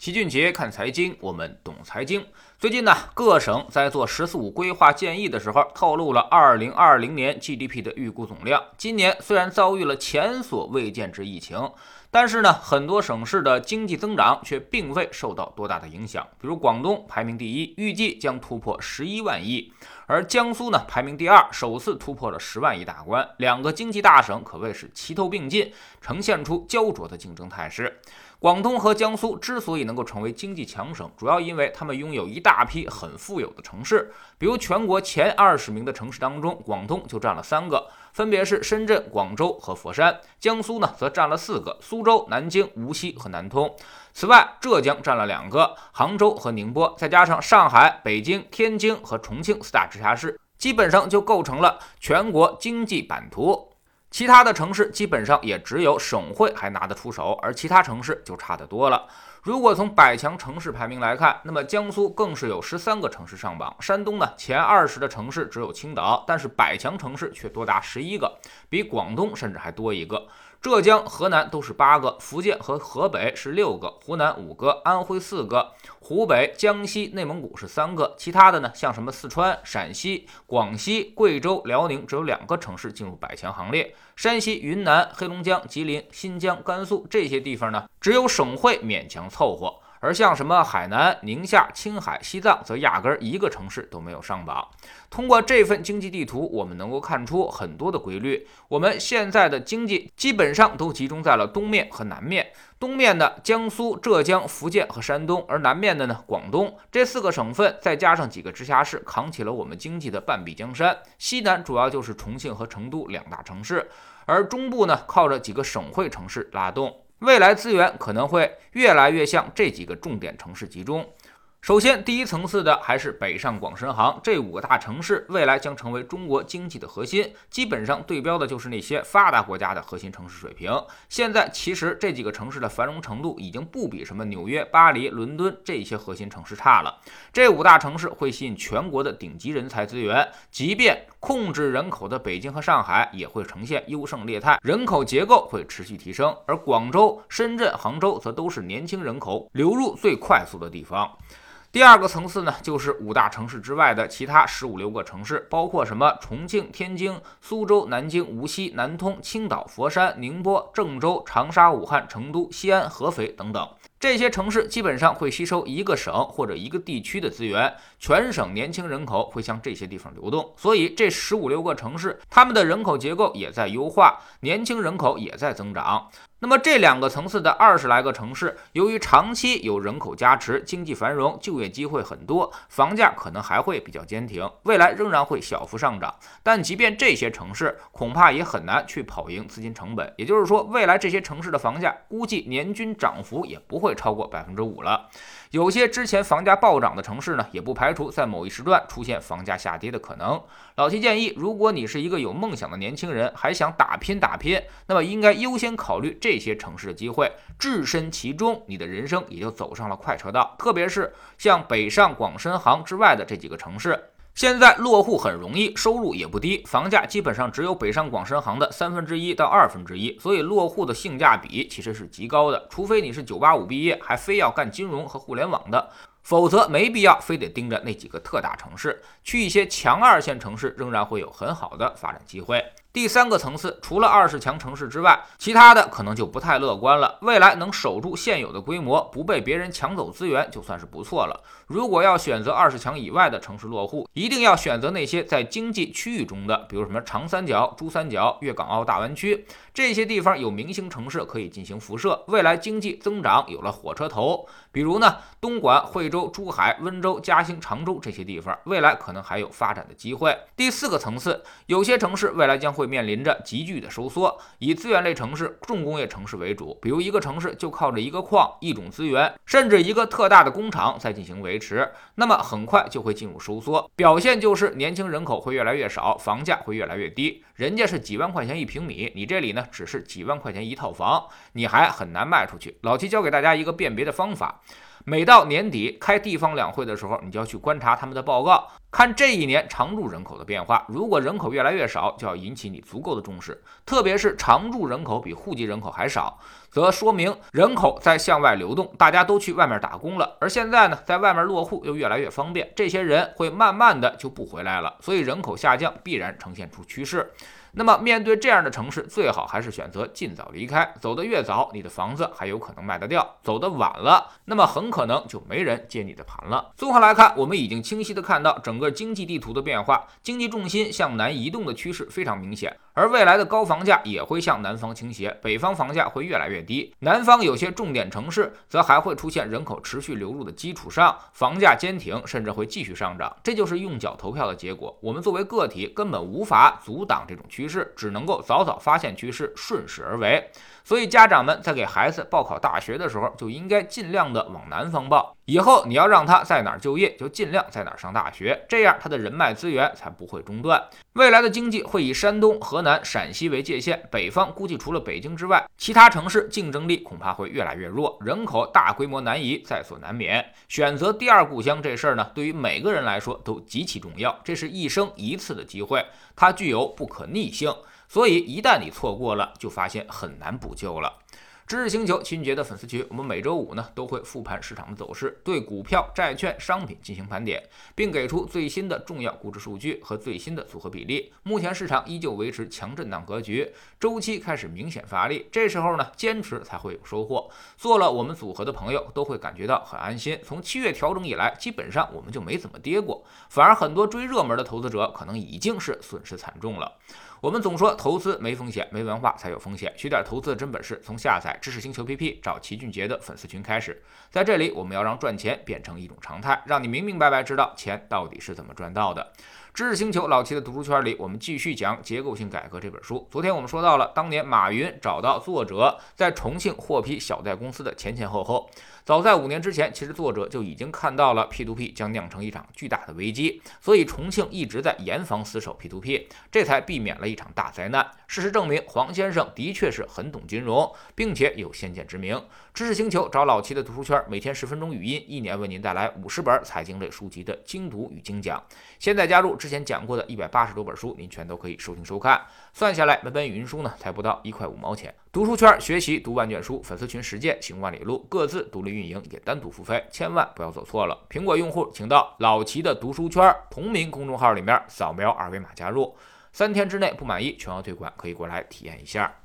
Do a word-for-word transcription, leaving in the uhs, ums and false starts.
齐俊杰看财经，我们懂财经。最近呢，各省在做“十四五”规划建议的时候，透露了二零二零年 G D P 的预估总量。今年虽然遭遇了前所未见之疫情，但是呢，很多省市的经济增长却并未受到多大的影响。比如广东排名第一，预计将突破十一万亿，而江苏呢排名第二，首次突破了十万亿大关。两个经济大省可谓是齐头并进，呈现出焦灼的竞争态势。广东和江苏之所以能够成为经济强省，主要因为他们拥有一大批很富有的城市。比如全国前二十名的城市当中，广东就占了三个，分别是深圳、广州和佛山。江苏呢则占了四个，苏州、南京、无锡和南通。此外，浙江占了两个，杭州和宁波，再加上上海、北京、天津和重庆四大直辖市，基本上就构成了全国经济版图。其他的城市基本上也只有省会还拿得出手，而其他城市就差得多了。如果从百强城市排名来看，那么江苏更是有十三个城市上榜，山东呢前二十的城市只有青岛，但是百强城市却多达十一个，比广东甚至还多一个。浙江、河南都是八个，福建和河北是六个，湖南五个，安徽四个，湖北、江西、内蒙古是三个，其他的呢，像什么四川、陕西、广西、贵州、辽宁，只有两个城市进入百强行列。山西、云南、黑龙江、吉林、新疆、甘肃这些地方呢，只有省会勉强凑合。而像什么海南、宁夏、青海、西藏，则压根一个城市都没有上榜。通过这份经济地图，我们能够看出很多的规律。我们现在的经济基本上都集中在了东面和南面。东面的江苏、浙江、福建和山东，而南面的呢，广东。这四个省份再加上几个直辖市，扛起了我们经济的半壁江山。西南主要就是重庆和成都两大城市，而中部呢，靠着几个省会城市拉动。未来资源可能会越来越向这几个重点城市集中。首先，第一层次的还是北上广深杭这五个大城市，未来将成为中国经济的核心，基本上对标的就是那些发达国家的核心城市水平。现在其实这几个城市的繁荣程度已经不比什么纽约、巴黎、伦敦这些核心城市差了。这五大城市会吸引全国的顶级人才资源，即便控制人口的北京和上海也会呈现优胜劣汰，人口结构会持续提升。而广州、深圳、杭州则都是年轻人口流入最快速的地方。第二个层次呢，就是五大城市之外的其他十五六个城市，包括什么重庆、天津、苏州、南京、无锡、南通、青岛、佛山、宁波、郑州、长沙、武汉、成都、西安、合肥等等。这些城市基本上会吸收一个省或者一个地区的资源，全省年轻人口会向这些地方流动，所以这十五六个城市，他们的人口结构也在优化，年轻人口也在增长。那么这两个层次的二十来个城市，由于长期有人口加持，经济繁荣，就业机会很多，房价可能还会比较坚挺，未来仍然会小幅上涨。但即便这些城市，恐怕也很难去跑赢资金成本。也就是说，未来这些城市的房价估计年均涨幅也不会超过百分之五了。有些之前房价暴涨的城市呢，也不排除在某一时段出现房价下跌的可能。老齐建议，如果你是一个有梦想的年轻人，还想打拼打拼，那么应该优先考虑这些城市的机会，置身其中，你的人生也就走上了快车道。特别是像北上广深杭之外的这几个城市，现在落户很容易，收入也不低，房价基本上只有北上广深杭的三分之一到二分之一，所以落户的性价比其实是极高的。除非你是九八五毕业，还非要干金融和互联网的，否则没必要非得盯着那几个特大城市，去一些强二线城市仍然会有很好的发展机会。第三个层次，除了二十强城市之外，其他的可能就不太乐观了。未来能守住现有的规模，不被别人抢走资源，就算是不错了。如果要选择二十强以外的城市落户，一定要选择那些在经济区域中的，比如什么长三角、珠三角、粤港澳大湾区这些地方，有明星城市可以进行辐射，未来经济增长有了火车头。比如呢，东莞、惠州、珠海、温州、嘉兴、常州这些地方，未来可能还有发展的机会。第四个层次，有些城市未来将会会面临着急剧的收缩，以资源类城市、重工业城市为主，比如一个城市就靠着一个矿、一种资源，甚至一个特大的工厂在进行维持，那么很快就会进入收缩，表现就是年轻人口会越来越少，房价会越来越低。人家是几万块钱一平米，你这里呢只是几万块钱一套房，你还很难卖出去。老齐教给大家一个辨别的方法，每到年底开地方两会的时候，你就要去观察他们的报告， 看这一年常住人口的变化，如果人口越来越少，就要引起你足够的重视，特别是常住人口比户籍人口还少，则说明人口在向外流动，大家都去外面打工了。而现在呢，在外面落户又越来越方便，这些人会慢慢的就不回来了，所以人口下降必然呈现出趋势。那么面对这样的城市，最好还是选择尽早离开，走得越早，你的房子还有可能卖得掉，走得晚了，那么很可能就没人接你的盘了。综合来看，我们已经清晰地看到整个经济地图的变化，经济重心向南移动的趋势非常明显，而未来的高房价也会向南方倾斜，北方房价会越来越低，南方有些重点城市则还会出现人口持续流入的基础上，房价坚挺，甚至会继续上涨，这就是用脚投票的结果。我们作为个体根本无法阻挡这种趋势趋势，只能够早早发现趋势，顺势而为。所以家长们在给孩子报考大学的时候，就应该尽量的往南方报。以后你要让他在哪儿就业，就尽量在哪儿上大学，这样他的人脉资源才不会中断。未来的经济会以山东、河南、陕西为界限，北方估计除了北京之外，其他城市竞争力恐怕会越来越弱，人口大规模南移在所难免。选择第二故乡这事儿呢，对于每个人来说都极其重要，这是一生一次的机会，它具有不可逆性，所以一旦你错过了，就发现很难补救了。知识星球齐俊杰的粉丝群，我们每周五呢都会复盘市场的走势，对股票、债券、商品进行盘点，并给出最新的重要估值数据和最新的组合比例。目前市场依旧维持强震荡格局，周期开始明显发力，这时候呢坚持才会有收获。做了我们组合的朋友都会感觉到很安心。从七月调整以来，基本上我们就没怎么跌过，反而很多追热门的投资者可能已经是损失惨重了。我们总说投资没风险，没文化才有风险。学点投资的真本事，从下载知识星球 P P 找齐俊杰的粉丝群开始。在这里，我们要让赚钱变成一种常态，让你明明白白知道钱到底是怎么赚到的。知识星球老齐的读书圈里，我们继续讲《结构性改革》这本书。昨天我们说到了，当年马云找到作者在重庆获批小贷公司的前前后后。早在五年之前，其实作者就已经看到了 P to P 将酿成一场巨大的危机，所以重庆一直在严防死守 P to P， 这才避免了一场大灾难。事实证明，黄先生的确是很懂金融，并且有先见之明。知识星球找老齐的读书圈，每天十分钟语音，一年为您带来五十本财经类书籍的精读与精讲。现在加入之前讲过的一百八十多本书，您全都可以收听收看。算下来，每本语音书呢才不到一块五毛钱。读书圈学习读万卷书，粉丝群实践行万里路，各自独立运营也单独付费，千万不要走错了。苹果用户请到老齐的读书圈同名公众号里面扫描二维码加入，三天之内不满意全额退款，可以过来体验一下。